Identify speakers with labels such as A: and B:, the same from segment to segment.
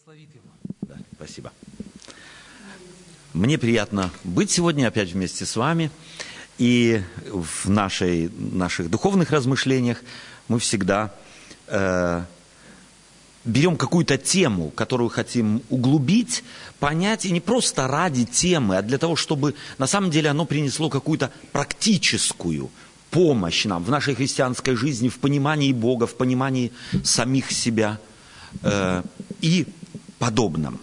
A: благословит его.
B: Да, спасибо. Мне приятно быть сегодня опять вместе с вами. И в наших духовных размышлениях мы всегда берем какую-то тему, которую хотим углубить, понять, и не просто ради темы, а для того, чтобы на самом деле оно принесло какую-то практическую помощь нам в нашей христианской жизни, в понимании Бога, в понимании самих себя и подобном.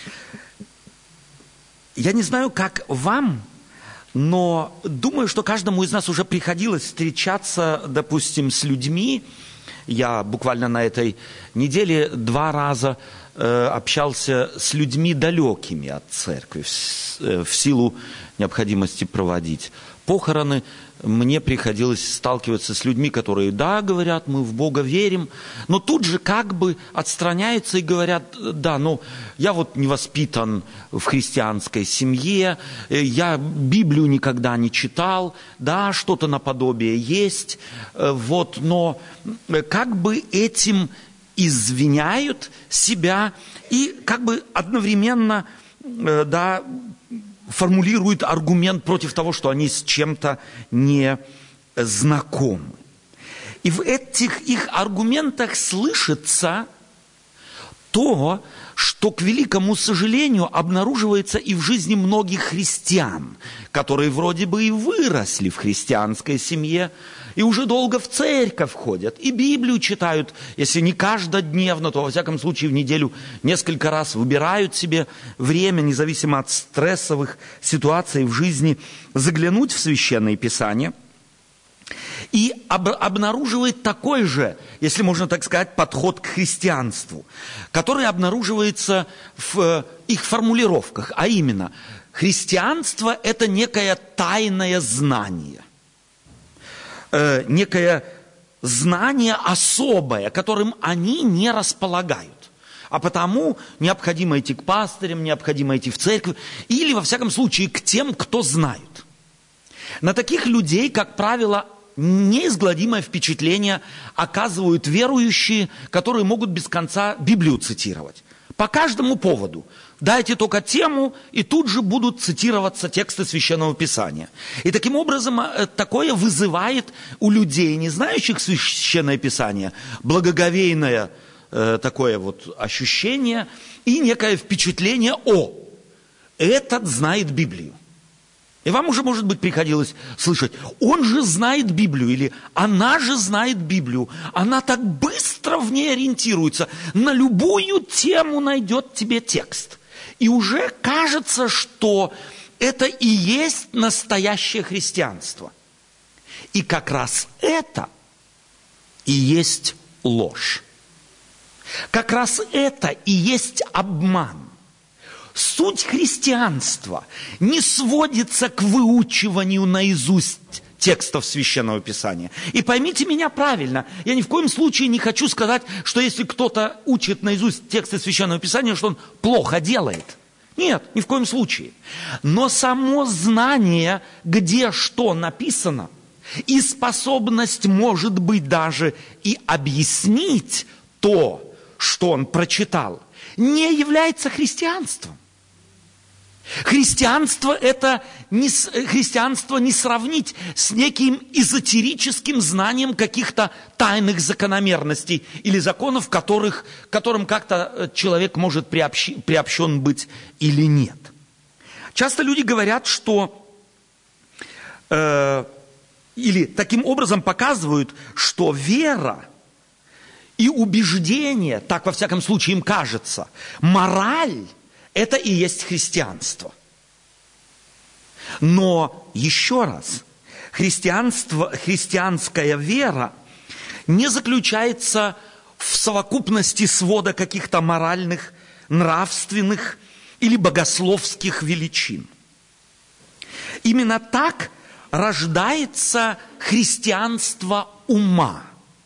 B: Я не знаю, как вам, но думаю, что каждому из нас уже приходилось встречаться, допустим, с людьми. Я буквально на этой неделе 2 раза общался с людьми далекими от церкви в силу необходимости проводить похороны. Мне приходилось сталкиваться с людьми, которые, да, говорят, мы в Бога верим, но тут же как бы отстраняются и говорят, да, но я вот не воспитан в христианской семье, я Библию никогда не читал, да, что-то наподобие есть, вот, но как бы этим извиняют себя и как бы одновременно, да, формулируют аргумент против того, что они с чем-то не знакомы. И в этих их аргументах слышится то, что, к великому сожалению, обнаруживается и в жизни многих христиан, которые вроде бы и выросли в христианской семье, и уже долго в церковь ходят, и Библию читают, если не каждодневно, то во всяком случае в неделю несколько раз выбирают себе время, независимо от стрессовых ситуаций в жизни, заглянуть в Священное Писание, и обнаруживает такой же, если можно так сказать, подход к христианству, который обнаруживается в их формулировках, а именно, христианство – это некое тайное знание, некое знание особое, которым они не располагают. А потому необходимо идти к пастырям, необходимо идти в церковь, или, во всяком случае, к тем, кто знает. На таких людей, как правило, неизгладимое впечатление оказывают верующие, которые могут без конца Библию цитировать. По каждому поводу. Дайте только тему, и тут же будут цитироваться тексты Священного Писания. И таким образом такое вызывает у людей, не знающих Священное Писание, благоговейное такое вот ощущение и некое впечатление: о, этот знает Библию. И вам уже, может быть, приходилось слышать: он же знает Библию, или она же знает Библию, она так быстро в ней ориентируется, на любую тему найдет тебе текст. И уже кажется, что это и есть настоящее христианство. И как раз это и есть ложь. Как раз это и есть обман. Суть христианства не сводится к выучиванию наизусть текстов Священного Писания. И поймите меня правильно, я ни в коем случае не хочу сказать, что если кто-то учит наизусть тексты Священного Писания, что он плохо делает. Нет, ни в коем случае. Но само знание, где что написано, и способность, может быть, даже и объяснить то, что он прочитал, не является христианством. Христианство не сравнить с неким эзотерическим знанием каких-то тайных закономерностей или законов, которым как-то человек может приобщен быть или нет. Часто люди говорят, что или таким образом показывают, что вера и убеждение, так во всяком случае им кажется, мораль – это и есть христианство. Но еще раз, христианская вера не заключается в совокупности свода каких-то моральных, нравственных или богословских величин. Именно так рождается христианство ума.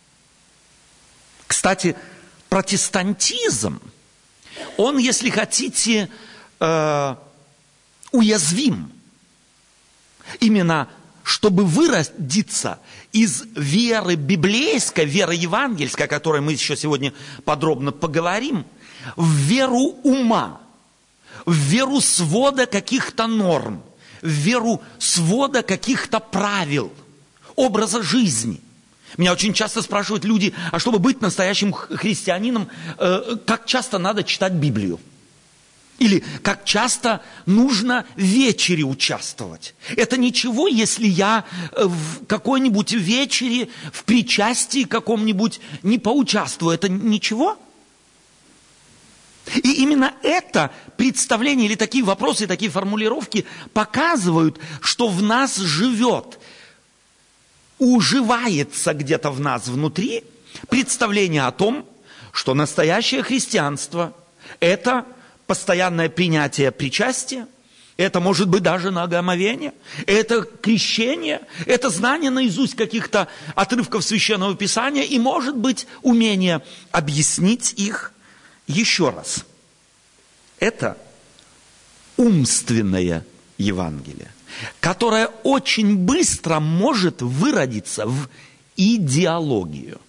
B: Кстати, протестантизм, он, если хотите, уязвим. Именно чтобы выродиться из веры библейской, веры евангельской, о которой мы еще сегодня подробно поговорим, в веру ума, в веру свода каких-то норм, в веру свода каких-то правил, образа жизни. Меня очень часто спрашивают люди, а чтобы быть настоящим христианином, как часто надо читать Библию? Или как часто нужно в вечере участвовать? Это ничего, если я в какой-нибудь вечере, в причастии каком-нибудь не поучаствую. Это ничего? И именно это представление или такие вопросы, такие формулировки показывают, что в нас живет, уживается где-то в нас внутри представление о том, что настоящее христианство – это постоянное принятие причастия, это может быть даже наговомовение, это крещение, это знание наизусть каких-то отрывков Священного Писания и, может быть, умение объяснить их еще раз. Это умственное Евангелие, которое очень быстро может выродиться в идеологию.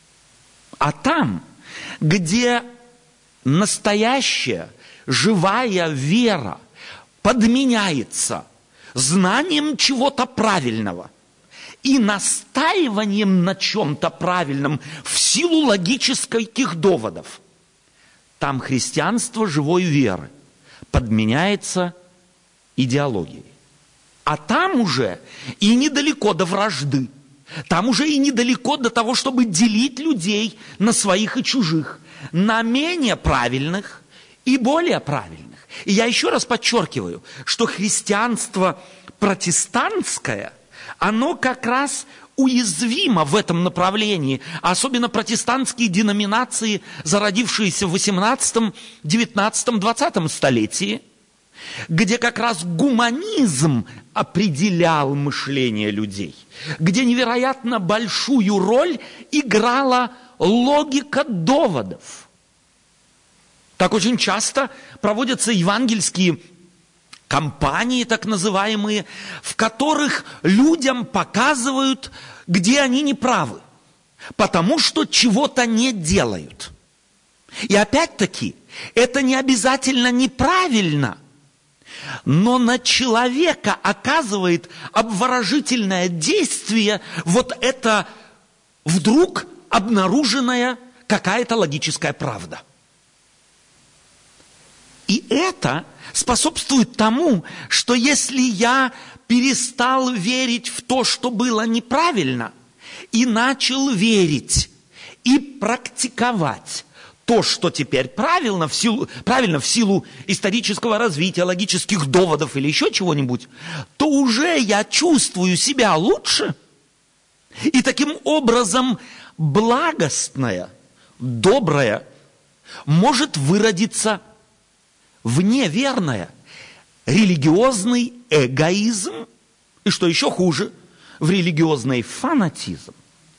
B: А там, где настоящая, живая вера подменяется знанием чего-то правильного и настаиванием на чем-то правильном в силу логических доводов, там христианство живой веры подменяется идеологией. А там уже и недалеко до вражды, там уже и недалеко до того, чтобы делить людей на своих и чужих, на менее правильных и более правильных. И я еще раз подчеркиваю, что христианство протестантское, оно как раз уязвимо в этом направлении, особенно протестантские деноминации, зародившиеся в 18, 19, 20 столетии, где как раз гуманизм определял мышление людей, где невероятно большую роль играла логика доводов. Так очень часто проводятся евангельские кампании, так называемые, в которых людям показывают, где они неправы, потому что чего-то не делают. И опять-таки, это не обязательно неправильно, но на человека оказывает обворожительное действие вот это вдруг обнаруженная какая-то логическая правда. И это способствует тому, что если я перестал верить в то, что было неправильно, и начал верить и практиковать то, что теперь правильно в силу исторического развития, логических доводов или еще чего-нибудь, то уже я чувствую себя лучше. И таким образом благостное, доброе может выродиться в неверное, религиозный эгоизм, и что еще хуже, в религиозный фанатизм,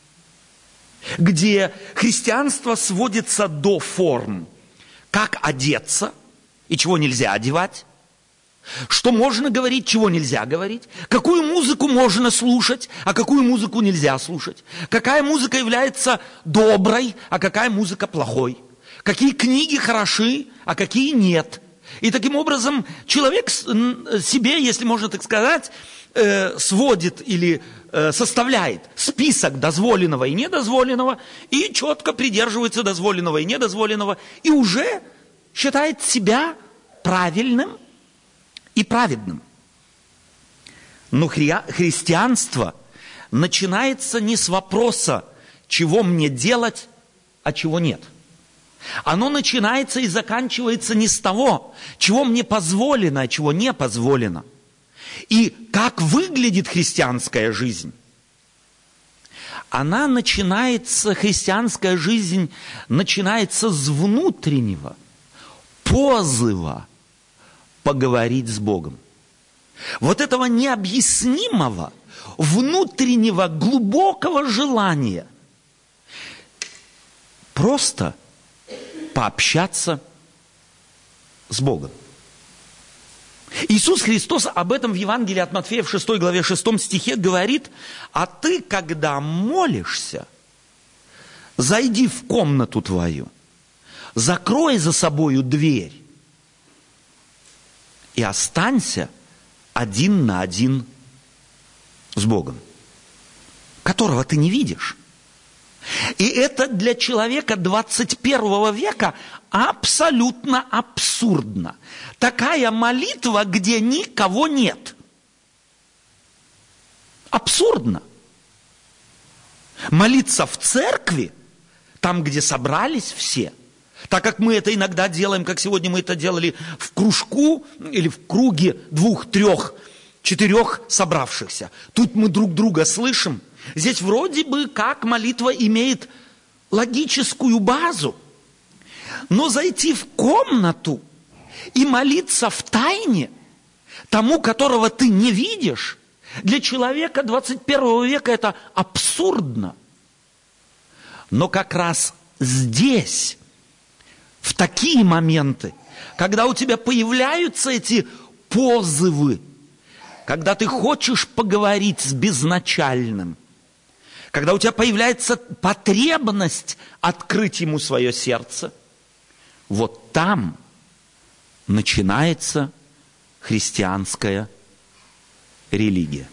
B: где христианство сводится до форм, как одеться и чего нельзя одевать, что можно говорить, чего нельзя говорить, какую музыку можно слушать, а какую музыку нельзя слушать, какая музыка является доброй, а какая музыка плохой, какие книги хороши, а какие нет. И таким образом человек себе, если можно так сказать, сводит или составляет список дозволенного и недозволенного и четко придерживается дозволенного и недозволенного и уже считает себя правильным и праведным. Но христианство начинается не с вопроса, чего мне делать, а чего нет. Оно начинается и заканчивается не с того, чего мне позволено, а чего не позволено. И как выглядит христианская жизнь? Христианская жизнь начинается с внутреннего позыва поговорить с Богом. Вот этого необъяснимого, внутреннего, глубокого желания просто пообщаться с Богом. Иисус Христос об этом в Евангелии от Матфея в 6 главе 6 стихе говорит: а ты, когда молишься, зайди в комнату твою, закрой за собою дверь и останься один на один с Богом, которого ты не видишь. И это для человека 21 века абсолютно абсурдно. Такая молитва, где никого нет. Абсурдно. Молиться в церкви, там, где собрались все, так как мы это иногда делаем, как сегодня мы это делали в кружку или в круге 2, 3, 4 собравшихся. Тут мы друг друга слышим. Здесь вроде бы как молитва имеет логическую базу. Но зайти в комнату и молиться в тайне тому, которого ты не видишь, для человека 21 века это абсурдно. Но как раз здесь, в такие моменты, когда у тебя появляются эти позывы, когда ты хочешь поговорить с безначальным, когда у тебя появляется потребность открыть ему свое сердце, вот там начинается христианская религия.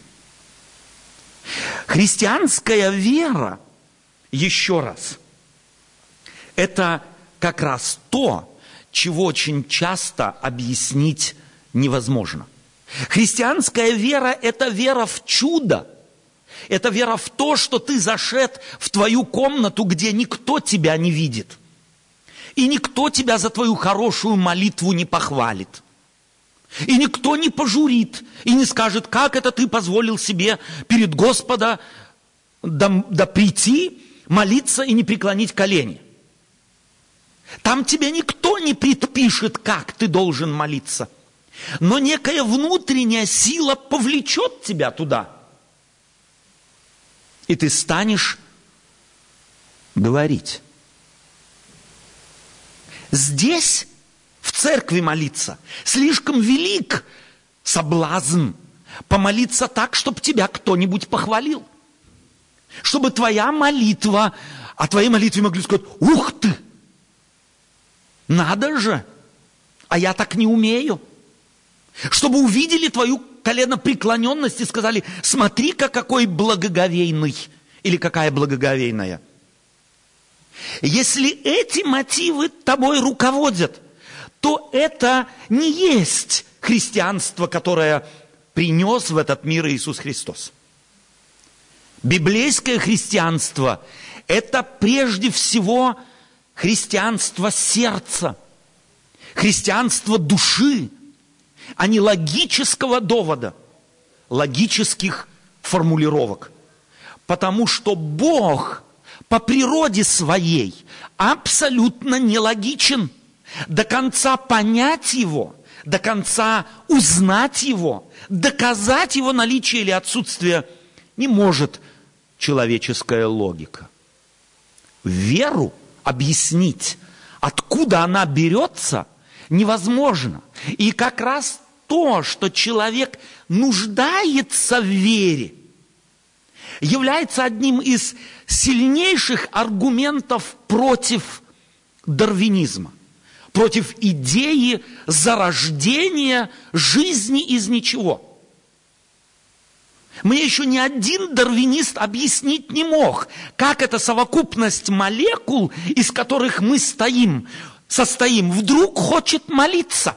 B: Христианская вера, еще раз, это как раз то, чего очень часто объяснить невозможно. Христианская вера – это вера в чудо. Это вера в то, что ты зашед в твою комнату, где никто тебя не видит. И никто тебя за твою хорошую молитву не похвалит. И никто не пожурит и не скажет, как это ты позволил себе перед Господом да прийти, молиться и не преклонить колени. Там тебе никто не предпишет, как ты должен молиться. Но некая внутренняя сила повлечет тебя туда. И ты станешь говорить. Здесь, в церкви молиться, слишком велик соблазн помолиться так, чтобы тебя кто-нибудь похвалил. Чтобы твоя молитва, о твоей молитве могли сказать: ух ты! Надо же! А я так не умею. Чтобы увидели твою коленопреклоненность и сказали: смотри-ка, какой благоговейный, или какая благоговейная. Если эти мотивы тобой руководят, то это не есть христианство, которое принес в этот мир Иисус Христос. Библейское христианство – это прежде всего христианство сердца, христианство души, а не логического довода, логических формулировок. Потому что Бог по природе своей абсолютно нелогичен. До конца понять Его, до конца узнать Его, доказать Его наличие или отсутствие не может человеческая логика. Веру объяснить, откуда она берется, невозможно. И как раз то, что человек нуждается в вере, является одним из сильнейших аргументов против дарвинизма, против идеи зарождения жизни из ничего. Мне еще ни один дарвинист объяснить не мог, как эта совокупность молекул, из которых мы состоим, вдруг хочет молиться.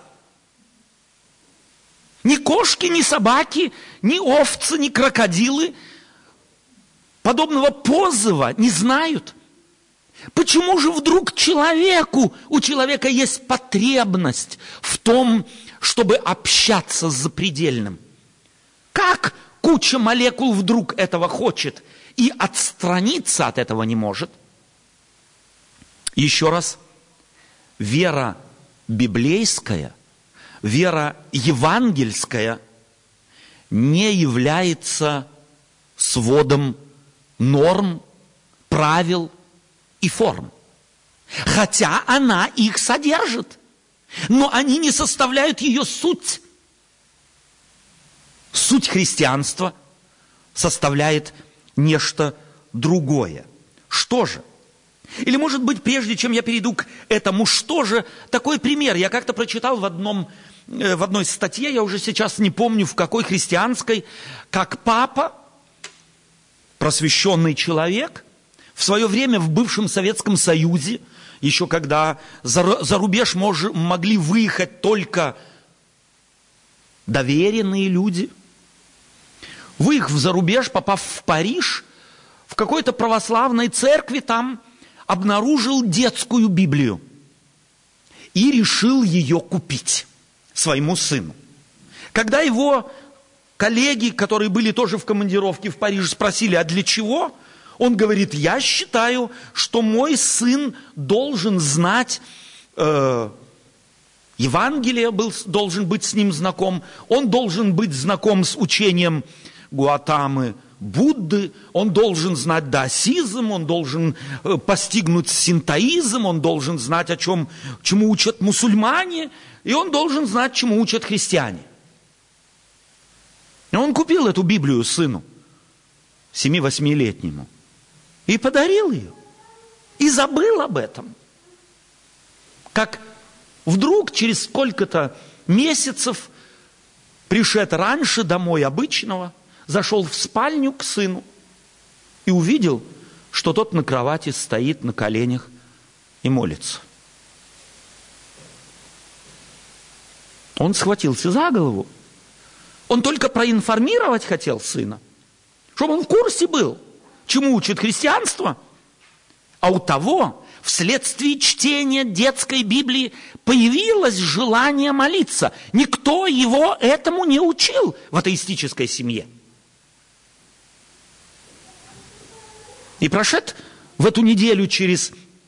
B: Ни кошки, ни собаки, ни овцы, ни крокодилы подобного позыва не знают. Почему же вдруг у человека есть потребность в том, чтобы общаться с запредельным? Как куча молекул вдруг этого хочет и отстраниться от этого не может? Еще раз, вера библейская, вера евангельская не является сводом норм, правил и форм. Хотя она их содержит, но они не составляют ее суть. Суть христианства составляет нечто другое. Что же? Или, может быть, прежде чем я перейду к этому, что же, такой пример. Я как-то прочитал в одной статье, я уже сейчас не помню, в какой христианской, как папа, просвещенный человек, в свое время в бывшем Советском Союзе, еще когда за рубеж могли выехать только доверенные люди, выехав за рубеж, попав в Париж, в какой-то православной церкви там обнаружил детскую Библию и решил ее купить своему сыну. Когда его коллеги, которые были тоже в командировке в Париже, спросили, а для чего? Он говорит, я считаю, что мой сын должен знать Евангелие, должен быть с ним знаком, он должен быть знаком с учением Гаутамы Будды, он должен знать даосизм, он должен постигнуть синтоизм, он должен знать, чему учат мусульмане, и он должен знать, чему учат христиане. И он купил эту Библию сыну, 7-8-летнему, и подарил ее, и забыл об этом. Как вдруг через сколько-то месяцев, пришед раньше домой обычного, зашел в спальню к сыну и увидел, что тот на кровати стоит на коленях и молится. Он схватился за голову. Он только проинформировать хотел сына, чтобы он в курсе был, чему учит христианство. А у того вследствие чтения детской Библии появилось желание молиться. Никто его этому не учил в атеистической семье. И прошед в эту неделю через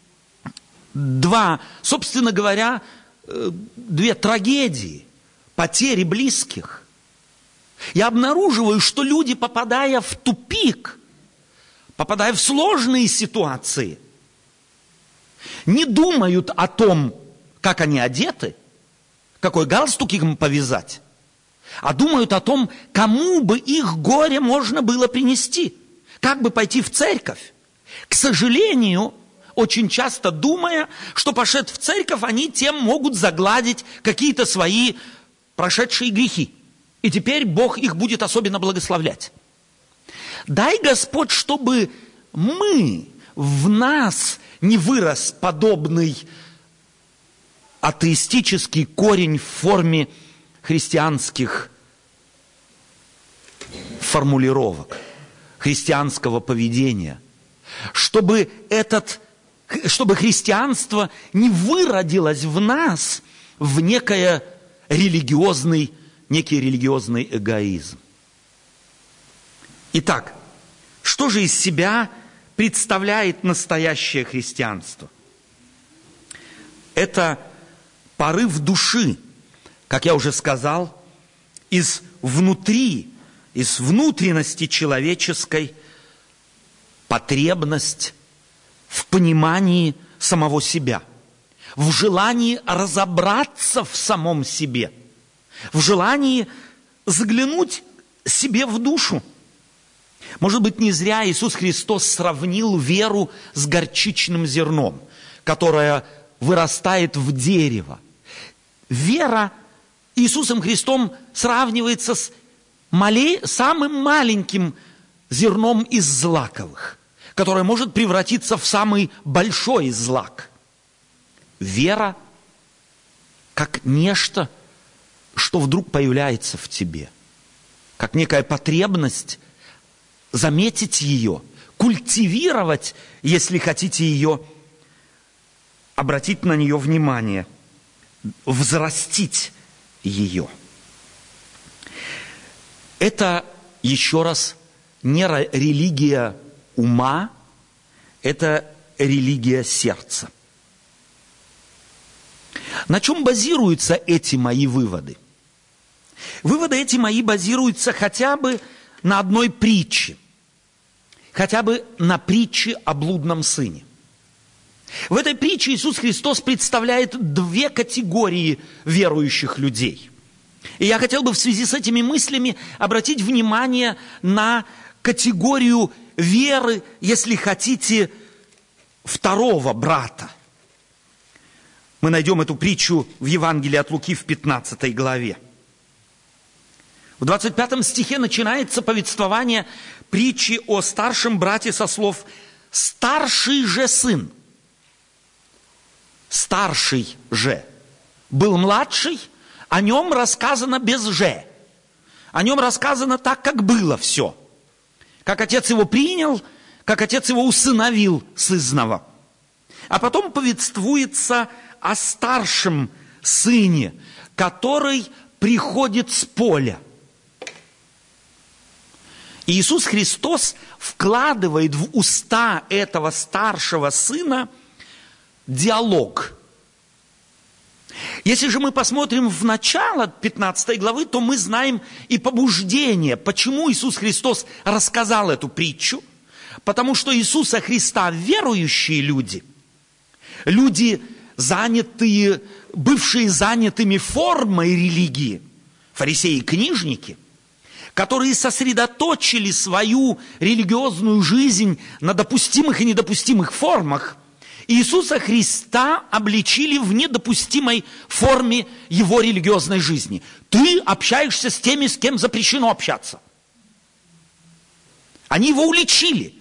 B: собственно говоря, две трагедии, потери близких, я обнаруживаю, что люди, попадая в тупик, попадая в сложные ситуации, не думают о том, как они одеты, какой галстук им повязать, а думают о том, кому бы их горе можно было принести, как бы пойти в церковь. К сожалению, очень часто думая, что пошед в церковь, они тем могут загладить какие-то свои прошедшие грехи. И теперь Бог их будет особенно благословлять. Дай, Господь, чтобы в нас не вырос подобный атеистический корень в форме христианских формулировок, христианского поведения, чтобы христианство не выродилось в нас в некий религиозный эгоизм. Итак, что же из себя представляет настоящее христианство? Это порыв души, как я уже сказал, из внутренности человеческой, потребность в понимании самого себя, в желании разобраться в самом себе, в желании заглянуть себе в душу. Может быть, не зря Иисус Христос сравнил веру с горчичным зерном, которое вырастает в дерево. Вера Иисусом Христом сравнивается с самым маленьким зерном из злаковых, которое может превратиться в самый большой злак. Вера как нечто, что вдруг появляется в тебе, как некая потребность заметить ее, культивировать, если хотите ее, обратить на нее внимание, взрастить ее. Это, еще раз, не религия ума, это религия сердца. На чем базируются эти мои выводы? Выводы эти мои базируются хотя бы на одной притче, хотя бы на притче о блудном сыне. В этой притче Иисус Христос представляет две категории верующих людей. И я хотел бы в связи с этими мыслями обратить внимание на категорию веры, если хотите, второго брата. Мы найдем эту притчу в Евангелии от Луки в 15 главе. В 25 стихе начинается повествование притчи о старшем брате со слов «старший же сын». Старший же был младший, о нем рассказано без «же». О нем рассказано так, как было все. Как отец его принял, как отец его усыновил сызнова. А потом повествуется о старшем сыне, который приходит с поля. И Иисус Христос вкладывает в уста этого старшего сына диалог. Если же мы посмотрим в начало 15 главы, то мы знаем и побуждение, почему Иисус Христос рассказал эту притчу. Потому что Иисуса Христа верующие люди, занятые, бывшие занятыми формой религии, фарисеи и книжники, которые сосредоточили свою религиозную жизнь на допустимых и недопустимых формах, Иисуса Христа обличили в недопустимой форме его религиозной жизни. Ты общаешься с теми, с кем запрещено общаться. Они его уличили.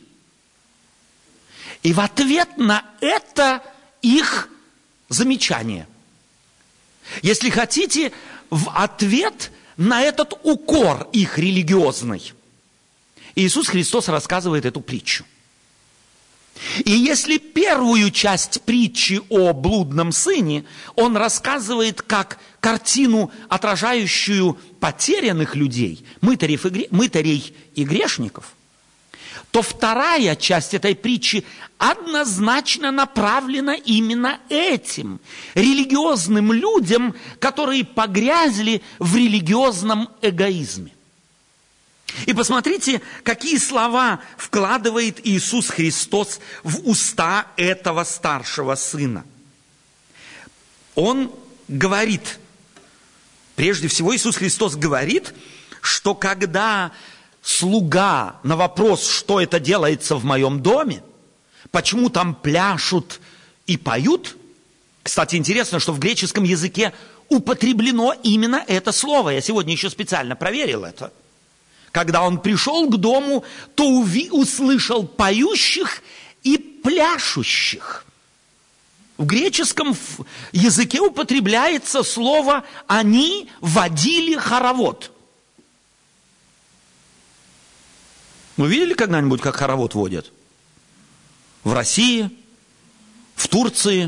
B: И в ответ на это их замечание. Если хотите, в ответ на этот укор их религиозный, Иисус Христос рассказывает эту притчу. И если первую часть притчи о блудном сыне он рассказывает как картину, отражающую потерянных людей, мытарей и грешников, то вторая часть этой притчи однозначно направлена именно этим религиозным людям, которые погрязли в религиозном эгоизме. И посмотрите, какие слова вкладывает Иисус Христос в уста этого старшего сына. Он говорит, прежде всего Иисус Христос говорит, что когда слуга на вопрос, что это делается в моем доме, почему там пляшут и поют, кстати, интересно, что в греческом языке употреблено именно это слово. Я сегодня еще специально проверил это. Когда он пришел к дому, то услышал поющих и пляшущих. В греческом языке употребляется слово «они водили хоровод». Вы видели когда-нибудь, как хоровод водят? В России, в Турции,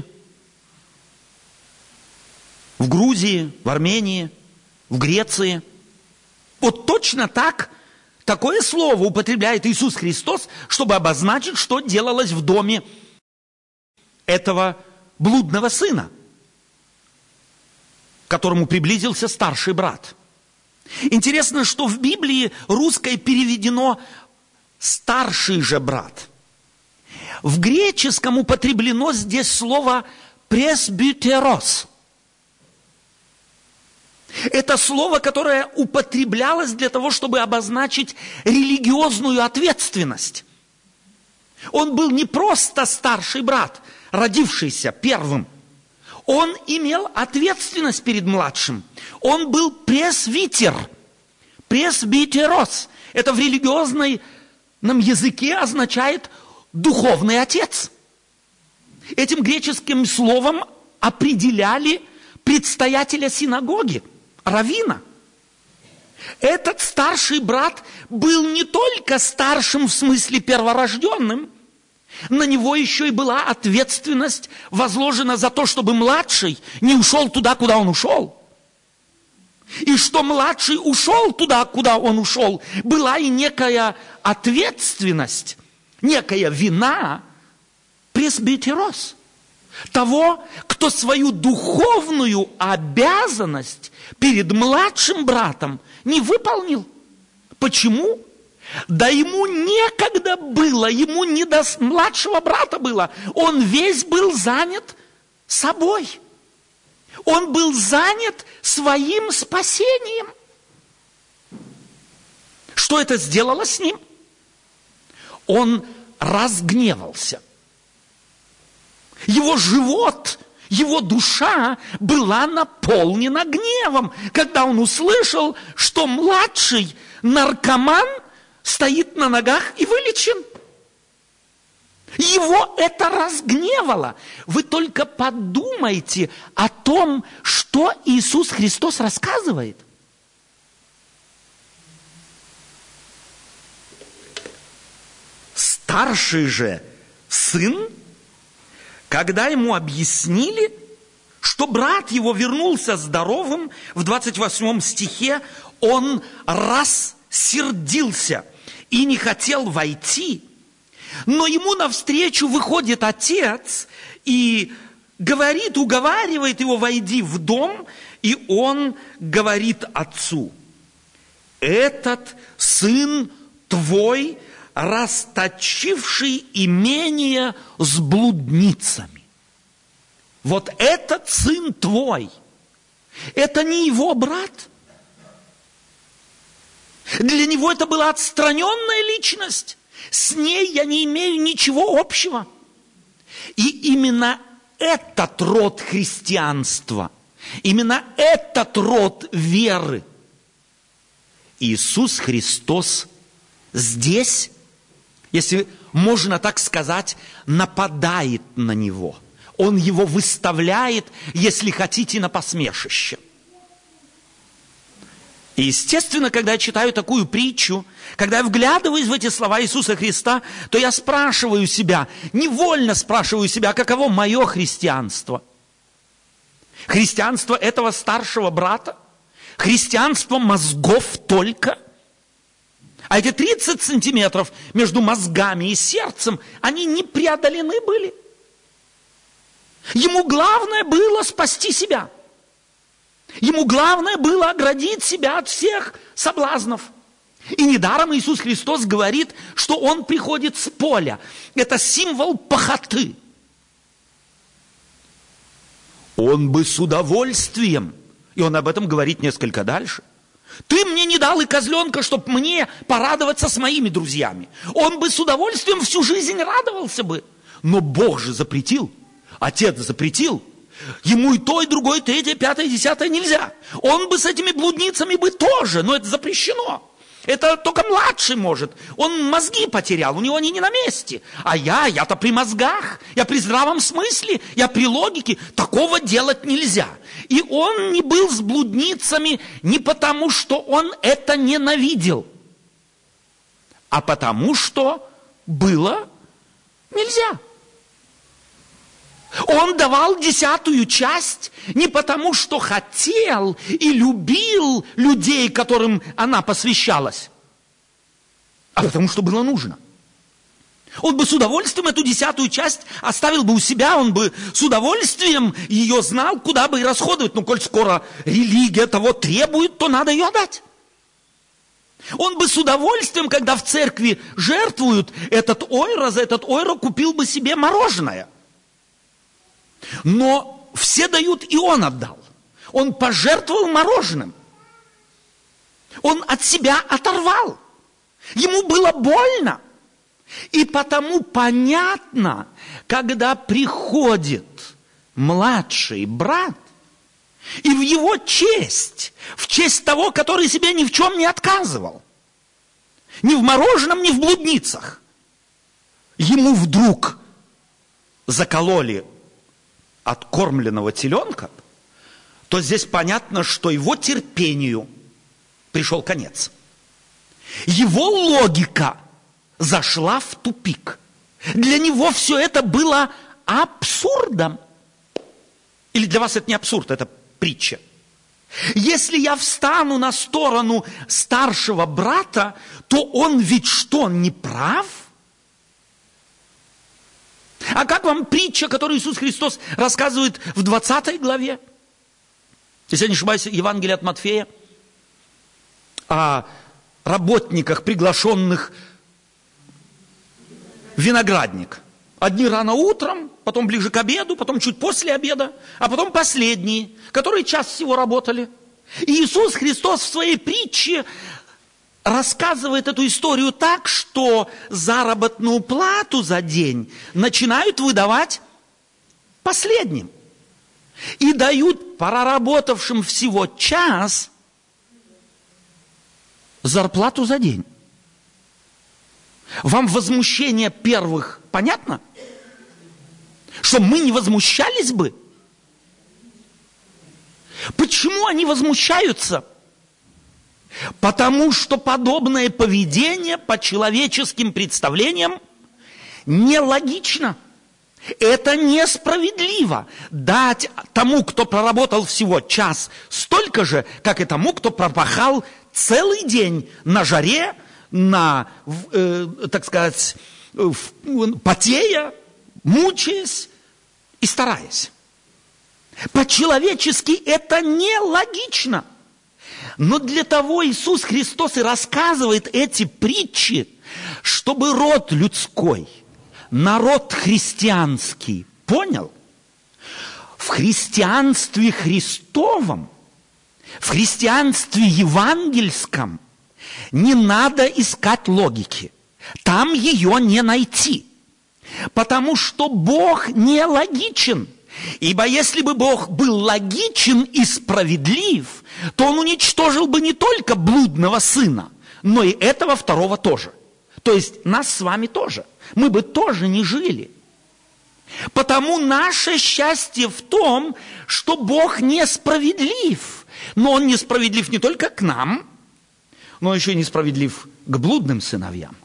B: в Грузии, в Армении, в Греции. Вот точно так, такое слово употребляет Иисус Христос, чтобы обозначить, что делалось в доме этого блудного сына, к которому приблизился старший брат. Интересно, что в Библии русской переведено «старший же брат». В греческом употреблено здесь слово «пресбитерос». Это слово, которое употреблялось для того, чтобы обозначить религиозную ответственность. Он был не просто старший брат, родившийся первым. Он имел ответственность перед младшим. Он был пресвитер, пресбитерос. Это в религиозном языке означает духовный отец. Этим греческим словом определяли предстоятеля синагоги, раввина. Этот старший брат был не только старшим в смысле перворожденным, на него еще и была ответственность возложена за то, чтобы младший не ушел туда, куда он ушел. И что младший ушел туда, куда он ушел, была и некая ответственность, некая вина пресбитерос, того, кто свою духовную обязанность перед младшим братом не выполнил. Почему? Да ему некогда было, ему не до младшего брата было. Он весь был занят собой. Он был занят своим спасением. Что это сделало с ним? Он разгневался. Его живот, его душа была наполнена гневом, когда он услышал, что младший наркоман стоит на ногах и вылечен. Его это разгневало. Вы только подумайте о том, что Иисус Христос рассказывает. Старший же сын, когда ему объяснили, что брат его вернулся здоровым, в 28 стихе он рассердился и не хотел войти. Но ему навстречу выходит отец и говорит, уговаривает его: войди в дом, и он говорит отцу: этот сын твой, расточивший имение с блудницами. Вот этот сын твой, это не его брат. Для него это была отстраненная личность. С ней я не имею ничего общего. И именно этот род христианства, именно этот род веры Иисус Христос здесь, если можно так сказать, нападает на него. Он его выставляет, если хотите, на посмешище. И естественно, когда я читаю такую притчу, когда я вглядываюсь в эти слова Иисуса Христа, то я спрашиваю себя, невольно спрашиваю себя, каково мое христианство? Христианство этого старшего брата? Христианство мозгов только? А эти 30 сантиметров между мозгами и сердцем, они не преодолены были. Ему главное было спасти себя. Ему главное было оградить себя от всех соблазнов. И недаром Иисус Христос говорит, что Он приходит с поля. Это символ похоты. Он бы с удовольствием, и Он об этом говорит несколько дальше, ты мне не дал и козленка, чтобы мне порадоваться с моими друзьями. Он бы с удовольствием всю жизнь радовался бы. Но Бог же запретил, Отец запретил. Ему и то, и другое, и третье, пятое, десятое нельзя. Он бы с этими блудницами бы тоже, но это запрещено. Это только младший может. Он мозги потерял, у него они не на месте. А я-то при мозгах, я при здравом смысле, я при логике. Такого делать нельзя. И он не был с блудницами не потому, что он это ненавидел, а потому, что было нельзя. Он давал 10-ю часть не потому, что хотел и любил людей, которым она посвящалась, а потому, что было нужно. Он бы с удовольствием эту 10-ю часть оставил бы у себя, он бы с удовольствием ее знал, куда бы и расходовать. Но коль скоро религия того требует, то надо ее отдать. Он бы с удовольствием, когда в церкви жертвуют этот ойро, за этот ойро купил бы себе мороженое. Но все дают, и он отдал. Он пожертвовал мороженым. Он от себя оторвал. Ему было больно. И потому понятно, когда приходит младший брат, и в его честь, в честь того, который себе ни в чем не отказывал, ни в мороженом, ни в блудницах, ему вдруг закололи откормленного теленка, то здесь понятно, что его терпению пришел конец. Его логика зашла в тупик. Для него все это было абсурдом. Или для вас это не абсурд, это притча. Если я встану на сторону старшего брата, то он ведь что, он не прав? А как вам притча, которую Иисус Христос рассказывает в 20 главе? Если я не ошибаюсь, Евангелие от Матфея, о работниках, приглашенных в виноградник. Одни рано утром, потом ближе к обеду, потом чуть после обеда, а потом последние, которые час всего работали. И Иисус Христос в своей притче рассказывает эту историю так, что заработную плату за день начинают выдавать последним. И дают проработавшим всего час зарплату за день. Вам возмущение первых понятно? Что мы не возмущались бы? Почему они возмущаются? Потому что подобное поведение по человеческим представлениям нелогично. Это несправедливо. Дать тому, кто проработал всего час, столько же, как и тому, кто пропахал целый день на жаре, так сказать, потея, мучаясь и стараясь. По-человечески это нелогично. Но для того Иисус Христос и рассказывает эти притчи, чтобы род людской, народ христианский понял, в христианстве Христовом, в христианстве евангельском не надо искать логики. Там ее не найти. Потому что Бог не логичен. Ибо если бы Бог был логичен и справедлив, то Он уничтожил бы не только блудного сына, но и этого второго тоже. То есть нас с вами тоже. Мы бы тоже не жили. Потому наше счастье в том, что Бог несправедлив. Но Он несправедлив не только к нам, но еще и несправедлив к блудным сыновьям.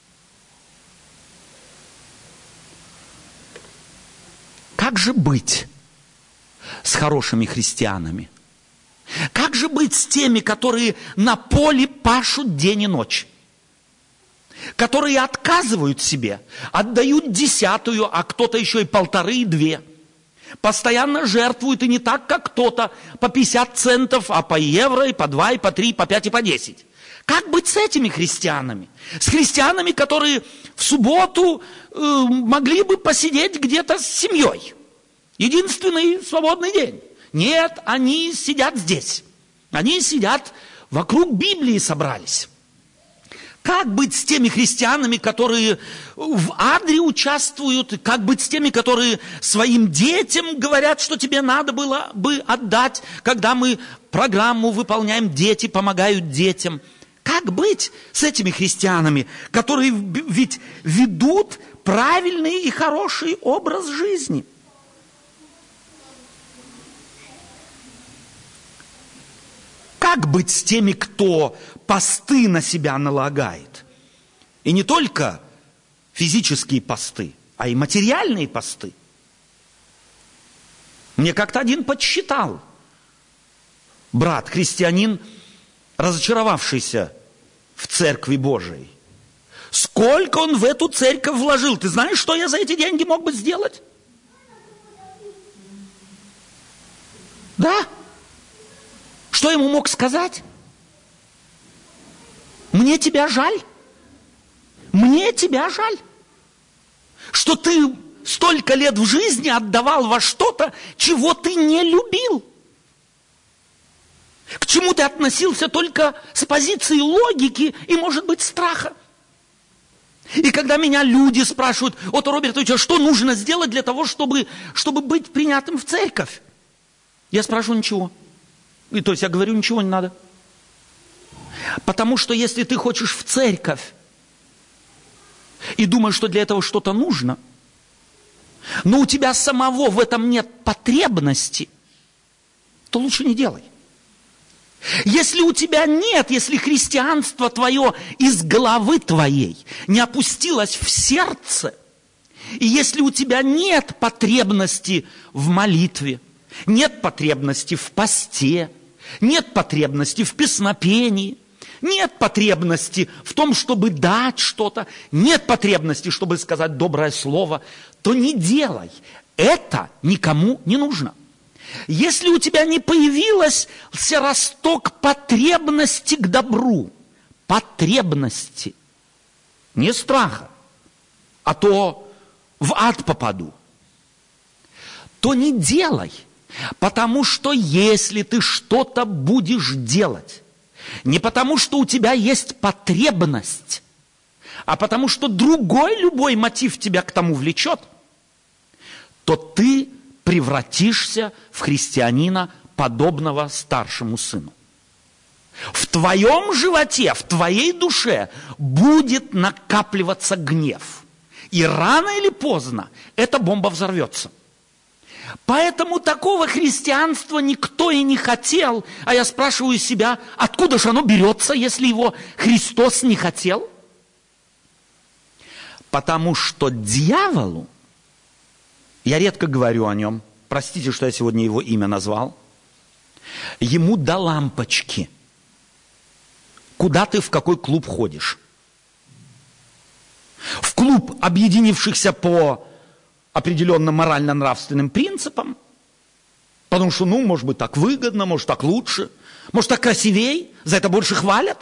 B: Как же быть с хорошими христианами? Как же быть с теми, которые на поле пашут день и ночь? Которые отказывают себе, отдают десятую, а кто-то еще и 1,5 и 2. Постоянно жертвуют, и не так, как кто-то, по 50 центов, а по евро, и по 2, и по 3, и по 5, и по 10. Как быть с этими христианами? С христианами, которые в субботу могли бы посидеть где-то с семьей. Единственный свободный день. Нет, они сидят здесь. Они сидят вокруг Библии собрались. Как быть с теми христианами, которые в адре участвуют? Как быть с теми, которые своим детям говорят, что тебе надо было бы отдать, когда мы программу выполняем, дети помогают детям? Как быть с этими христианами, которые ведь ведут правильный и хороший образ жизни? Как быть с теми, кто посты на себя налагает? И не только физические посты, а и материальные посты. Мне как-то один подсчитал, брат, христианин, разочаровавшийся в Церкви Божией. Сколько он в эту церковь вложил? Ты знаешь, что я за эти деньги мог бы сделать? Да. Что ему мог сказать? Мне тебя жаль. Мне тебя жаль. Что ты столько лет в жизни отдавал во что-то, чего ты не любил. К чему ты относился только с позиции логики и, может быть, страха. И когда меня люди спрашивают: Отто Робертович, а что нужно сделать для того, чтобы быть принятым в церковь? Я спрашиваю: ничего. И то есть я говорю, ничего не надо. Потому что если ты хочешь в церковь и думаешь, что для этого что-то нужно, но у тебя самого в этом нет потребности, то лучше не делай. Если у тебя нет, если христианство твое из головы твоей не опустилось в сердце, и если у тебя нет потребности в молитве, нет потребности в посте, нет потребности в песнопении, нет потребности в том, чтобы дать что-то, нет потребности, чтобы сказать доброе слово, то не делай. Это никому не нужно. Если у тебя не появился росток потребности к добру, потребности, не страха, а то в ад попаду, то не делай. Потому что если ты что-то будешь делать, не потому что у тебя есть потребность, а потому что другой любой мотив тебя к тому влечет, то ты превратишься в христианина, подобного старшему сыну. В твоем животе, в твоей душе будет накапливаться гнев. И рано или поздно эта бомба взорвется. Поэтому такого христианства никто и не хотел. А я спрашиваю себя, откуда же оно берется, если его Христос не хотел? Потому что дьяволу, я редко говорю о нем, простите, что я сегодня его имя назвал, ему до лампочки, куда ты в какой клуб ходишь. В клуб объединившихся по определенным морально-нравственным принципам, потому что, может быть, так выгодно, может, так лучше, может, так красивей, за это больше хвалят.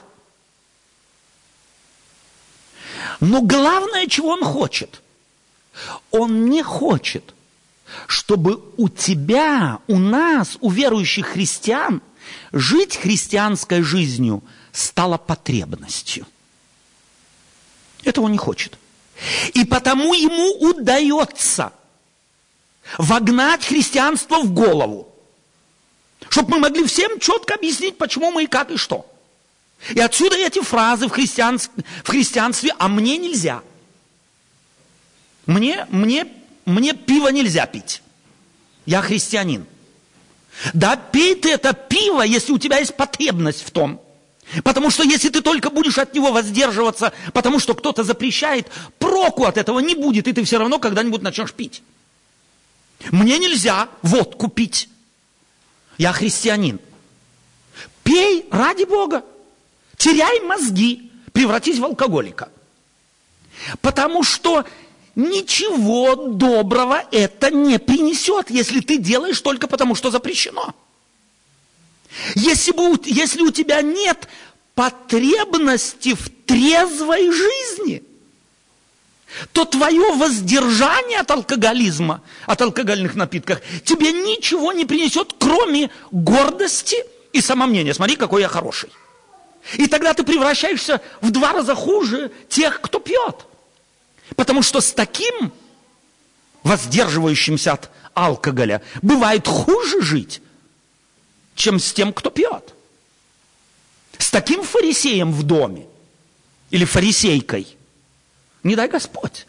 B: Но главное, чего он хочет, он не хочет, чтобы у тебя, у нас, у верующих христиан, жить христианской жизнью стало потребностью. Этого он не хочет. И потому ему удается вогнать христианство в голову, чтобы мы могли всем четко объяснить, почему мы и как и что. И отсюда эти фразы в христианстве «а мне нельзя». Мне пиво нельзя пить. Я христианин. Да пей ты это пиво, если у тебя есть потребность в том. Потому что если ты только будешь от него воздерживаться, потому что кто-то запрещает, проку от этого не будет, и ты все равно когда-нибудь начнешь пить. Мне нельзя водку пить. Я христианин. Пей ради Бога. Теряй мозги, превратись в алкоголика. Потому что ничего доброго это не принесет, если ты делаешь только потому, что запрещено. Если у тебя нет потребности в трезвой жизни, то твое воздержание от алкоголизма, от алкогольных напитков, тебе ничего не принесет, кроме гордости и самомнения. Смотри, какой я хороший. И тогда ты превращаешься в 2 раза хуже тех, кто пьет. Потому что с таким воздерживающимся от алкоголя бывает хуже жить, чем с тем, кто пьет. С таким фарисеем в доме или фарисейкой, не дай Господь.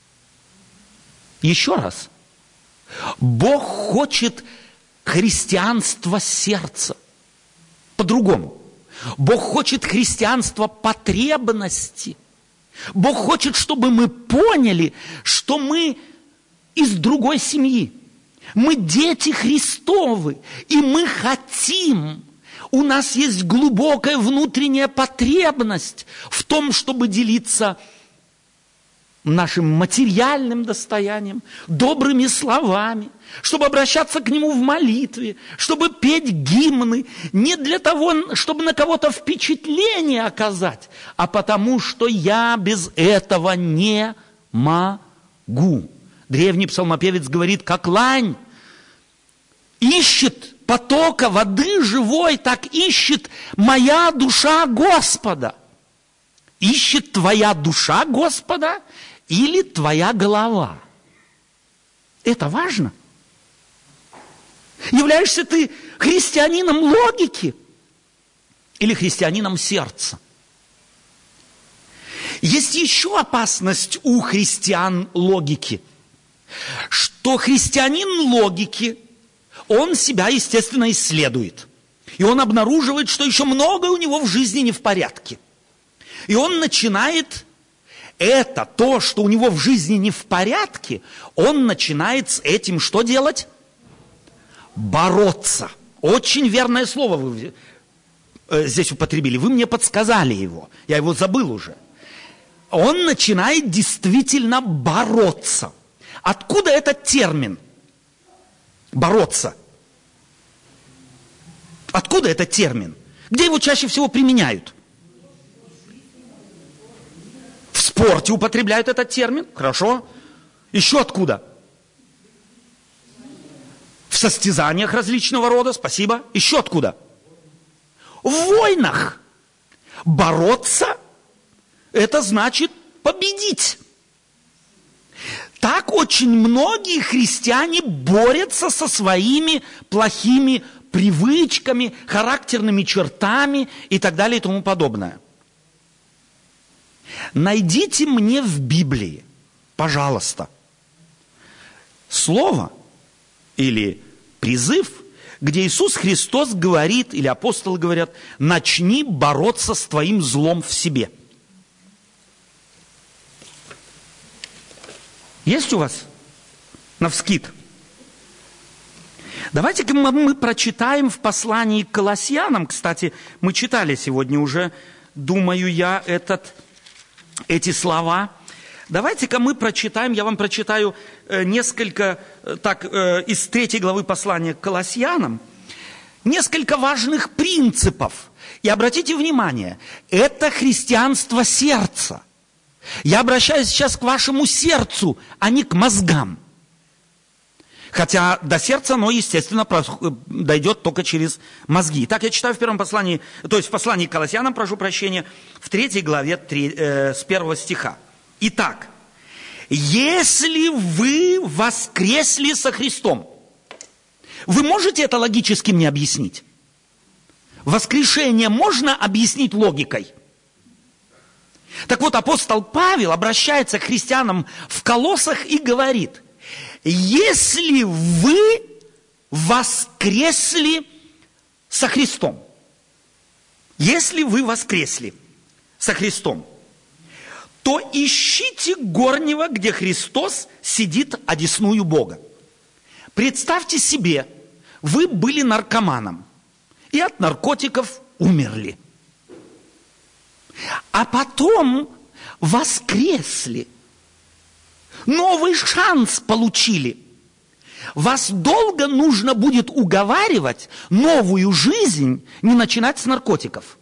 B: Еще раз. Бог хочет христианства сердца. По-другому. Бог хочет христианства потребности. Бог хочет, чтобы мы поняли, что мы из другой семьи. Мы дети Христовы, и мы хотим, у нас есть глубокая внутренняя потребность в том, чтобы делиться нашим материальным достоянием, добрыми словами, чтобы обращаться к Нему в молитве, чтобы петь гимны, не для того, чтобы на кого-то впечатление оказать, а потому что я без этого не могу. Древний псалмопевец говорит, как лань ищет потока воды живой, так ищет моя душа Господа. Ищет твоя душа Господа или твоя голова? Это важно. Являешься ты христианином логики или христианином сердца? Есть еще опасность у христиан логики, что христианин логики, он себя, естественно, исследует. И он обнаруживает, что еще многое у него в жизни не в порядке. И он начинает то, что у него в жизни не в порядке, он начинает с этим что делать? Бороться. Очень верное слово вы здесь употребили. Вы мне подсказали его. Я его забыл уже. Он начинает действительно бороться. Откуда этот термин? Бороться. Откуда этот термин? Где его чаще всего применяют? В спорте употребляют этот термин. Хорошо. Еще откуда? В состязаниях различного рода. Спасибо. Еще откуда? В войнах. Бороться – это значит победить. Так очень многие христиане борются со своими плохими привычками, характерными чертами и так далее и тому подобное. Найдите мне в Библии, пожалуйста, слово или призыв, где Иисус Христос говорит, или апостолы говорят: начни бороться с твоим злом в себе. Есть у вас навскид? Давайте-ка мы прочитаем в послании к Колоссянам. Кстати, мы читали сегодня уже, думаю я, эти слова. Давайте-ка мы прочитаем, я вам прочитаю несколько, из 3 главы послания к Колоссянам, несколько важных принципов. И обратите внимание, это христианство сердца. Я обращаюсь сейчас к вашему сердцу, а не к мозгам. Хотя до сердца оно, естественно, дойдет только через мозги. Итак, я читаю в первом послании, то есть в послании к Колоссянам, прошу прощения, в 3 главе с 1 стиха. Итак, если вы воскресли со Христом, вы можете это логически мне объяснить? Воскрешение можно объяснить логикой? Так вот, апостол Павел обращается к христианам в Колоссах и говорит: если вы воскресли со Христом, если вы воскресли со Христом, то ищите горнего, где Христос сидит одесную Бога. Представьте себе, вы были наркоманом и от наркотиков умерли. А потом воскресли, новый шанс получили. Вас долго нужно будет уговаривать новую жизнь не начинать с наркотиков.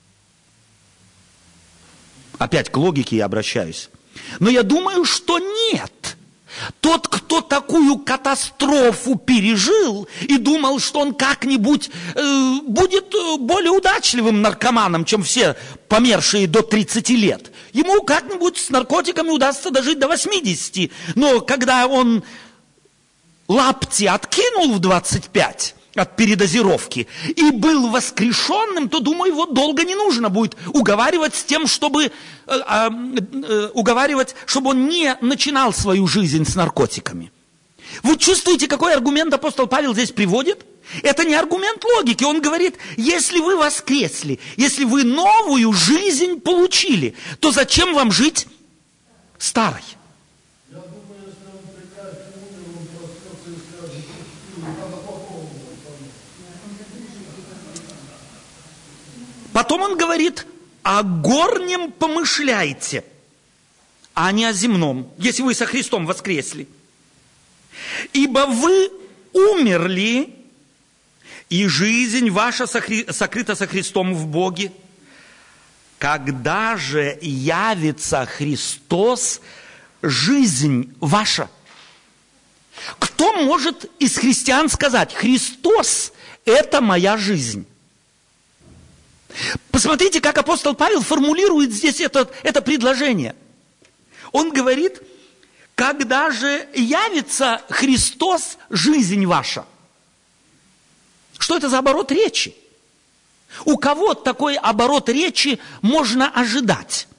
B: Опять к логике я обращаюсь. Но я думаю, что нет. Тот, кто такую катастрофу пережил и думал, что он как-нибудь будет более удачливым наркоманом, чем все помершие до 30 лет, ему как-нибудь с наркотиками удастся дожить до 80. Но когда он лапти откинул в 25 от передозировки и был воскрешенным, то, думаю, его долго не нужно будет уговаривать с тем, чтобы чтобы он не начинал свою жизнь с наркотиками. Вы чувствуете, какой аргумент апостол Павел здесь приводит? Это не аргумент логики. Он говорит: если вы воскресли, если вы новую жизнь получили, то зачем вам жить старой? Потом он говорит: о горнем помышляйте, а не о земном, если вы со Христом воскресли. Ибо вы умерли, и жизнь ваша сокрыта со Христом в Боге. Когда же явится Христос, жизнь ваша? Кто может из христиан сказать: Христос – это моя жизнь? Посмотрите, как апостол Павел формулирует здесь это предложение. Он говорит: когда же явится Христос, жизнь ваша? Что это за оборот речи? У кого такой оборот речи можно ожидать?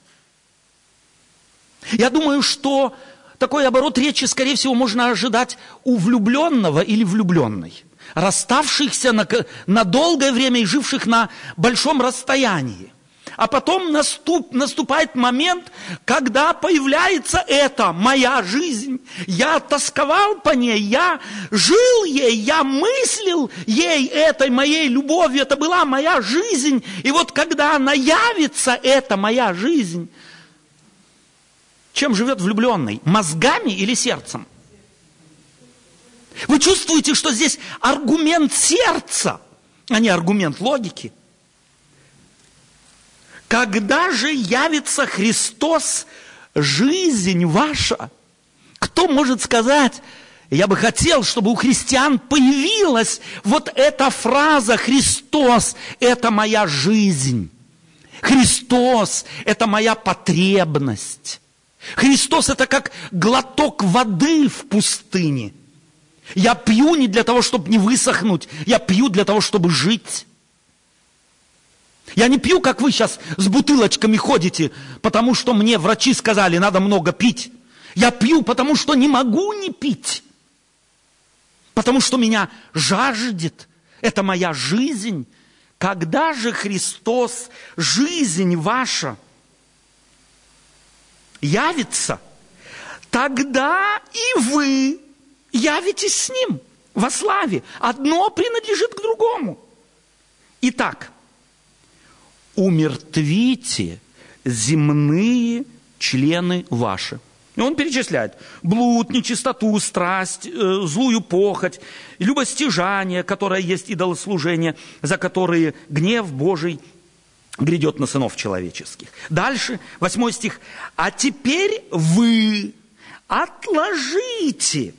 B: Я думаю, что такой оборот речи, скорее всего, можно ожидать у влюбленного или влюбленной, расставшихся на долгое время и живших на большом расстоянии. А потом наступает момент, когда появляется эта моя жизнь. Я тосковал по ней, я жил ей, я мыслил ей, этой моей любовью. Это была моя жизнь. И вот когда она явится, эта моя жизнь, чем живет влюбленный? Мозгами или сердцем? Вы чувствуете, что здесь аргумент сердца, а не аргумент логики? Когда же явится Христос, жизнь ваша? Кто может сказать: я бы хотел, чтобы у христиан появилась вот эта фраза: Христос – это моя жизнь. Христос – это моя потребность. Христос – это как глоток воды в пустыне. Я пью не для того, чтобы не высохнуть, я пью для того, чтобы жить. Я не пью, как вы сейчас с бутылочками ходите, потому что мне врачи сказали, надо много пить. Я пью, потому что не могу не пить. Потому что меня жаждет. Это моя жизнь. Когда же Христос, жизнь ваша, явится, тогда и вы явитесь с Ним во славе. Одно принадлежит к другому. Итак, умертвите земные члены ваши. И он перечисляет блуд, нечистоту, страсть, злую похоть, любостяжание, которое есть идолослужение, за которые гнев Божий грядет на сынов человеческих. Дальше, 8 стих. А теперь вы отложите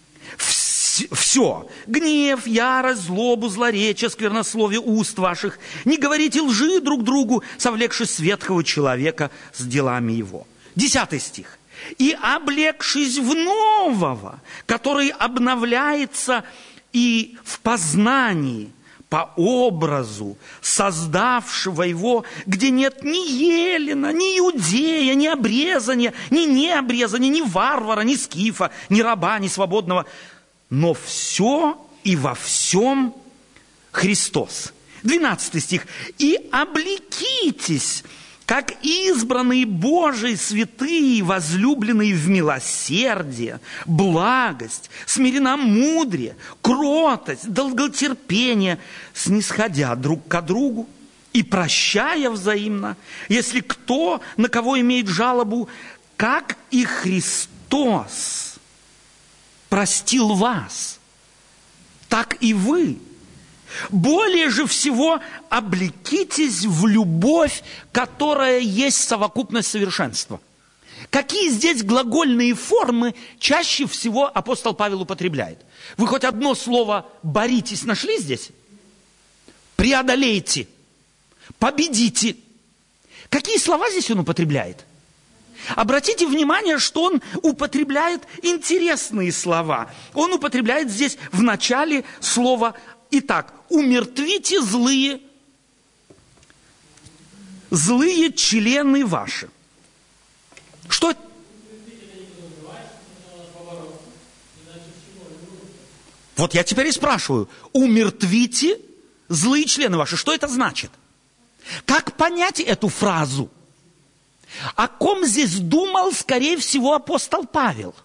B: все. Гнев, ярость, злобу, злоречие, сквернословие уст ваших. Не говорите лжи друг другу, совлекшись с ветхого человека с делами его. 10 стих. И облегшись в нового, который обновляется и в познании по образу создавшего его, где нет ни елена, ни иудея, ни обрезания, ни необрезания, ни варвара, ни скифа, ни раба, ни свободного, но все и во всем Христос. 12 стих. И облекитесь, как избранные Божии святые, возлюбленные в милосердие, благость, смиренномудрие, кротость, долготерпение, снисходя друг к другу и прощая взаимно, если кто на кого имеет жалобу, как и Христос простил вас, так и вы. Более же всего облекитесь в любовь, которая есть совокупность совершенства. Какие здесь глагольные формы чаще всего апостол Павел употребляет? Вы хоть одно слово «боритесь» нашли здесь? Преодолейте, победите. Какие слова здесь он употребляет? Обратите внимание, что он употребляет интересные слова. Он употребляет здесь в начале слово «итак». Умертвите злые члены ваши. Что? Вот я теперь и спрашиваю. Умертвите злые члены ваши. Что это значит? Как понять эту фразу? О ком здесь думал, скорее всего, апостол Павел?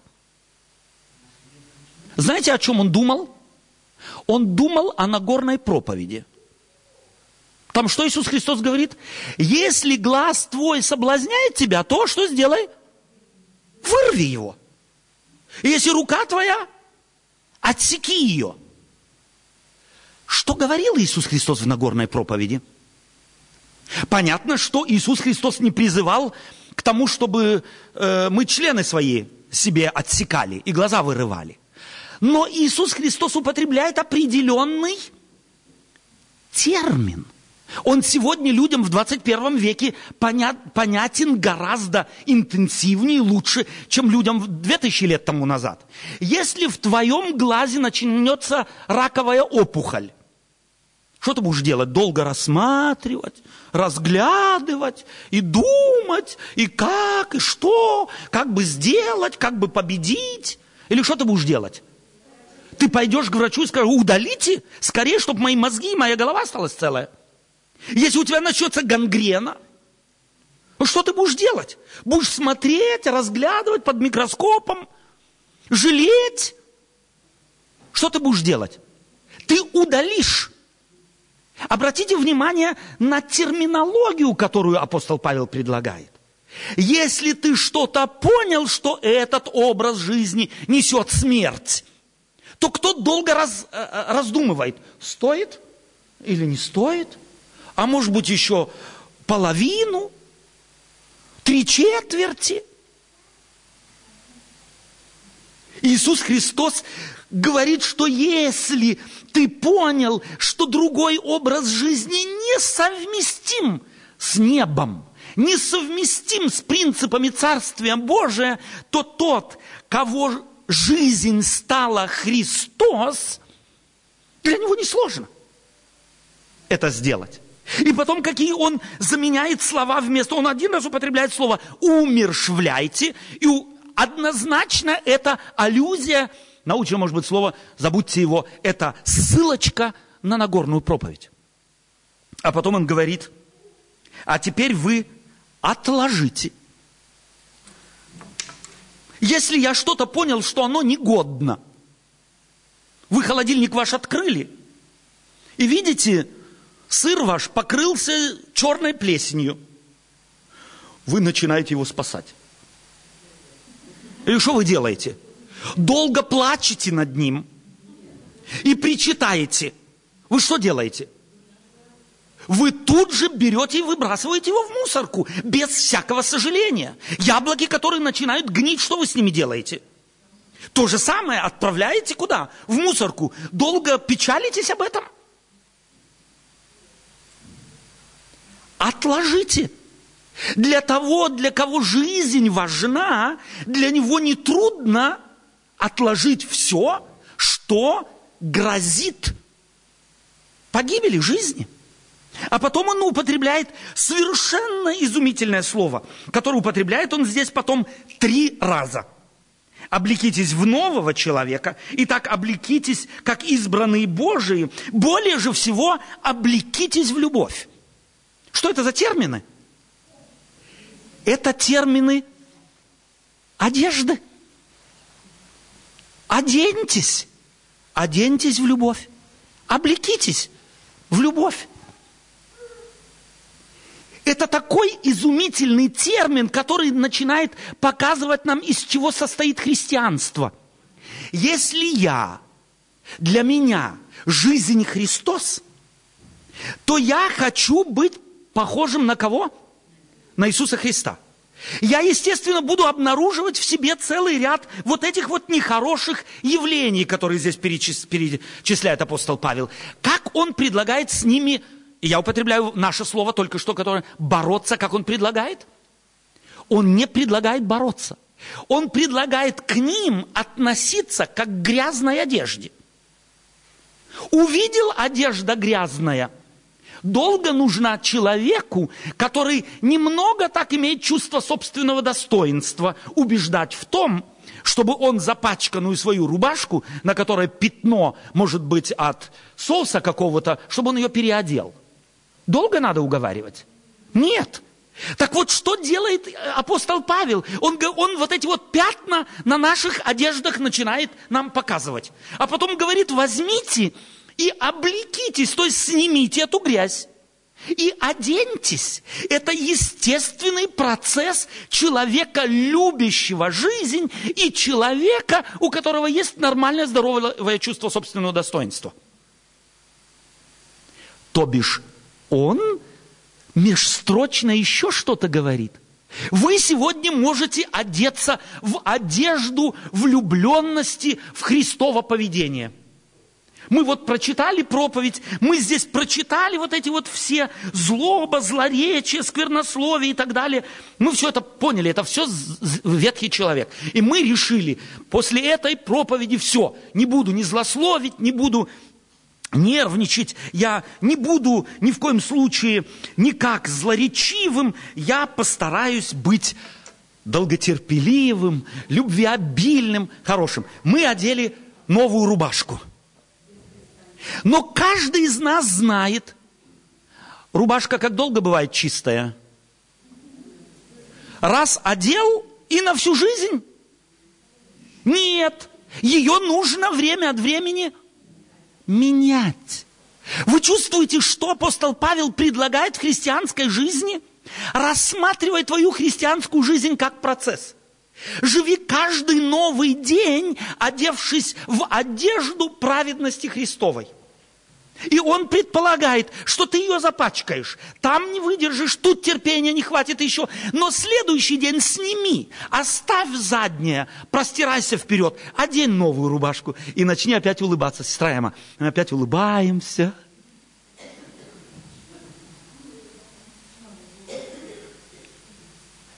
B: Знаете, о чем он думал? Он думал о Нагорной проповеди. Там что Иисус Христос говорит? Если глаз твой соблазняет тебя, то что сделай? Вырви его. Если рука твоя, отсеки ее. Что говорил Иисус Христос в Нагорной проповеди? Понятно, что Иисус Христос не призывал к тому, чтобы мы члены свои себе отсекали и глаза вырывали. Но Иисус Христос употребляет определенный термин. Он сегодня людям в 21 веке понятен гораздо интенсивнее и лучше, чем людям 2000 лет тому назад. Если в твоем глазе начнется раковая опухоль, что ты будешь делать? Долго рассматривать, разглядывать и думать, и как, и что, как бы сделать, как бы победить? Или что ты будешь делать? Ты пойдешь к врачу и скажешь: удалите скорее, чтобы мои мозги и моя голова осталась целая. Если у тебя начнется гангрена, что ты будешь делать? Будешь смотреть, разглядывать под микроскопом, жалеть? Что ты будешь делать? Ты удалишь. Обратите внимание на терминологию, которую апостол Павел предлагает. Если ты что-то понял, что этот образ жизни несет смерть, то кто долго раздумывает, стоит или не стоит, а может быть еще половину, 3/4. Иисус Христос говорит, что если ты понял, что другой образ жизни несовместим с небом, несовместим с принципами Царствия Божия, то тот, кого жизнь стала Христос, для него несложно это сделать. И потом, какие он заменяет слова вместо... Он один раз употребляет слово «умерщвляйте», и однозначно это аллюзия, научное, может быть, слово, забудьте его, это ссылочка на Нагорную проповедь. А потом он говорит: а теперь вы отложите. Если я что-то понял, что оно негодно, вы холодильник ваш открыли, и видите, сыр ваш покрылся черной плесенью, вы начинаете его спасать. И что вы делаете? Долго плачете над ним и причитаете. Вы что делаете? Вы тут же берете и выбрасываете его в мусорку, без всякого сожаления. Яблоки, которые начинают гнить, что вы с ними делаете? То же самое отправляете куда? В мусорку. Долго печалитесь об этом? Отложите. Для того, для кого жизнь важна, для него нетрудно отложить все, что грозит погибели жизни. А потом он употребляет совершенно изумительное слово, которое употребляет он здесь потом 3 раза. Облекитесь в нового человека, и так облекитесь, как избранные Божии, более же всего облекитесь в любовь. Что это за термины? Это термины одежды. Оденьтесь в любовь, облекитесь в любовь. Это такой изумительный термин, который начинает показывать нам, из чего состоит христианство. Если для меня жизнь Христос, то я хочу быть похожим на кого? На Иисуса Христа. Я, естественно, буду обнаруживать в себе целый ряд вот этих вот нехороших явлений, которые здесь перечисляет апостол Павел. Как он предлагает с ними, и я употребляю наше слово только что, которое бороться, как он предлагает? Он не предлагает бороться. Он предлагает к ним относиться как к грязной одежде. Увидел одежда грязная, долго нужна человеку, который немного так имеет чувство собственного достоинства, убеждать в том, чтобы он запачканную свою рубашку, на которой пятно, может быть, от соуса какого-то, чтобы он ее переодел. Долго надо уговаривать? Нет. Так вот, что делает апостол Павел? Он вот эти вот пятна на наших одеждах начинает нам показывать. А потом говорит: возьмите и облекитесь, то есть снимите эту грязь и оденьтесь. Это естественный процесс человека, любящего жизнь, и человека, у которого есть нормальное здоровое чувство собственного достоинства. То бишь, он межстрочно еще что-то говорит. Вы сегодня можете одеться в одежду влюбленности в Христово поведение. Мы вот прочитали проповедь, мы здесь прочитали вот эти вот все злоба, злоречие, сквернословие и так далее. Мы все это поняли, это все ветхий человек. И мы решили после этой проповеди все, не буду ни злословить, не буду нервничать, я не буду ни в коем случае никак злоречивым, я постараюсь быть долготерпеливым, любвеобильным, хорошим. Мы одели новую рубашку. Но каждый из нас знает, рубашка как долго бывает чистая? Раз одел и на всю жизнь? Нет, ее нужно время от времени менять. Вы чувствуете, что апостол Павел предлагает в христианской жизни? Рассматривай твою христианскую жизнь как процесс. Живи каждый новый день, одевшись в одежду праведности Христовой. И он предполагает, что ты ее запачкаешь, там не выдержишь, тут терпения не хватит еще, но следующий день сними, оставь заднее, простирайся вперед, одень новую рубашку и начни опять улыбаться. Сестра Эмма, мы опять улыбаемся.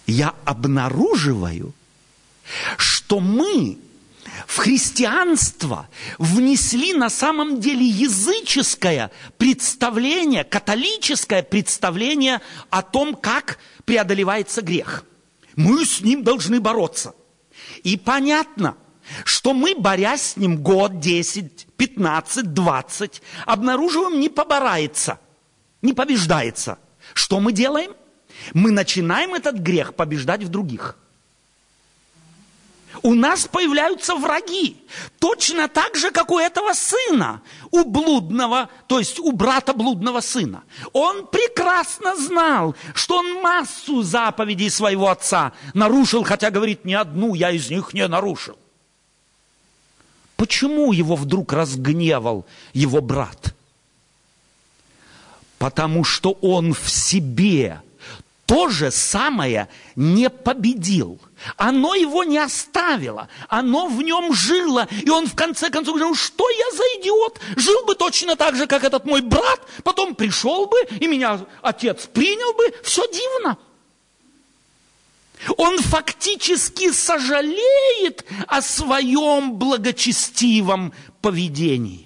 B: я обнаруживаю, что мы в христианство внесли на самом деле языческое представление, католическое представление о том, как преодолевается грех. Мы с ним должны бороться. И понятно, что мы, борясь с ним год, 10, 15, 20, обнаруживаем, не поборается, не побеждается. Что мы делаем? Мы начинаем этот грех побеждать в других. У нас появляются враги. Точно так же, как у этого сына, у блудного, то есть у брата блудного сына. Он прекрасно знал, что он массу заповедей своего отца нарушил, хотя говорит, ни одну я из них не нарушил. Почему его вдруг разгневал его брат? Потому что он в себе то же самое не победил. Оно его не оставило. Оно в нем жило. И он в конце концов говорил, что я за идиот? Жил бы точно так же, как этот мой брат. Потом пришел бы, и меня отец принял бы. Все дивно. Он фактически сожалеет о своем благочестивом поведении.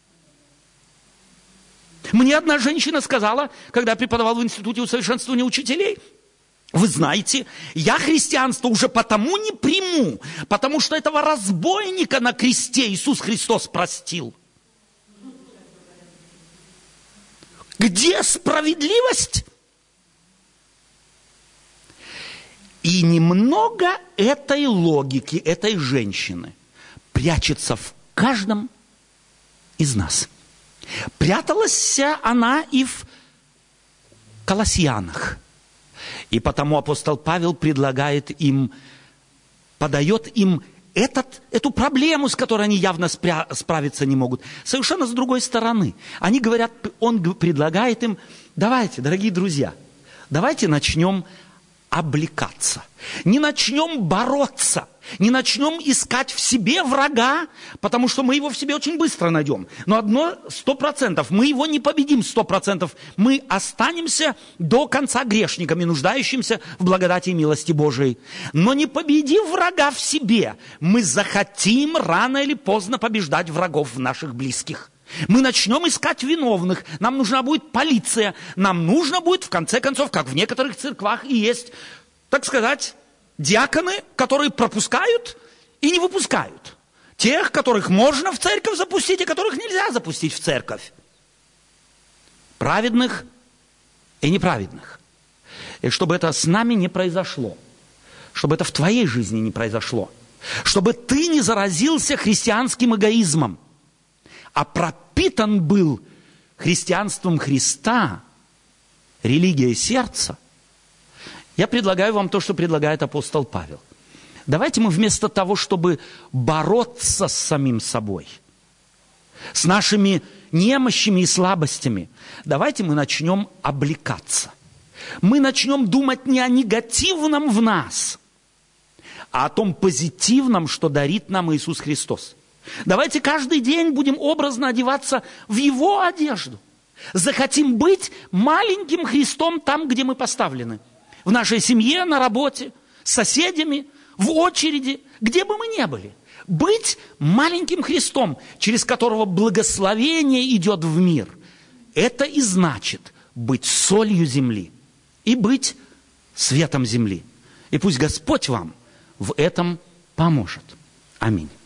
B: Мне одна женщина сказала, когда я преподавал в Институте усовершенствования учителей, вы знаете, я христианство уже потому не приму, потому что этого разбойника на кресте Иисус Христос простил. Где справедливость? И немного этой логики, этой женщины прячется в каждом из нас. Пряталась она и в Колоссянах. И потому апостол Павел предлагает им, подает им эту проблему, с которой они явно справиться не могут, совершенно с другой стороны. Они говорят, он предлагает им, давайте, дорогие друзья, давайте начнем облекаться. Не начнем бороться, не начнем искать в себе врага, потому что мы его в себе очень быстро найдем. Но одно 100%, мы его не победим 100%. Мы останемся до конца грешниками, нуждающимся в благодати и милости Божией. Но не победив врага в себе, мы захотим рано или поздно побеждать врагов наших близких. Мы начнем искать виновных, нам нужна будет полиция, нам нужно будет, в конце концов, как в некоторых церквах и есть, так сказать, диаконы, которые пропускают и не выпускают. Тех, которых можно в церковь запустить, и которых нельзя запустить в церковь. Праведных и неправедных. И чтобы это с нами не произошло, чтобы это в твоей жизни не произошло, чтобы ты не заразился христианским эгоизмом, а пропитан был христианством Христа, религией сердца, я предлагаю вам то, что предлагает апостол Павел. Давайте мы вместо того, чтобы бороться с самим собой, с нашими немощами и слабостями, давайте мы начнем облекаться. Мы начнем думать не о негативном в нас, а о том позитивном, что дарит нам Иисус Христос. Давайте каждый день будем образно одеваться в Его одежду. Захотим быть маленьким Христом там, где мы поставлены. В нашей семье, на работе, с соседями, в очереди, где бы мы ни были. Быть маленьким Христом, через которого благословение идет в мир. Это и значит быть солью земли и быть светом земли. И пусть Господь вам в этом поможет. Аминь.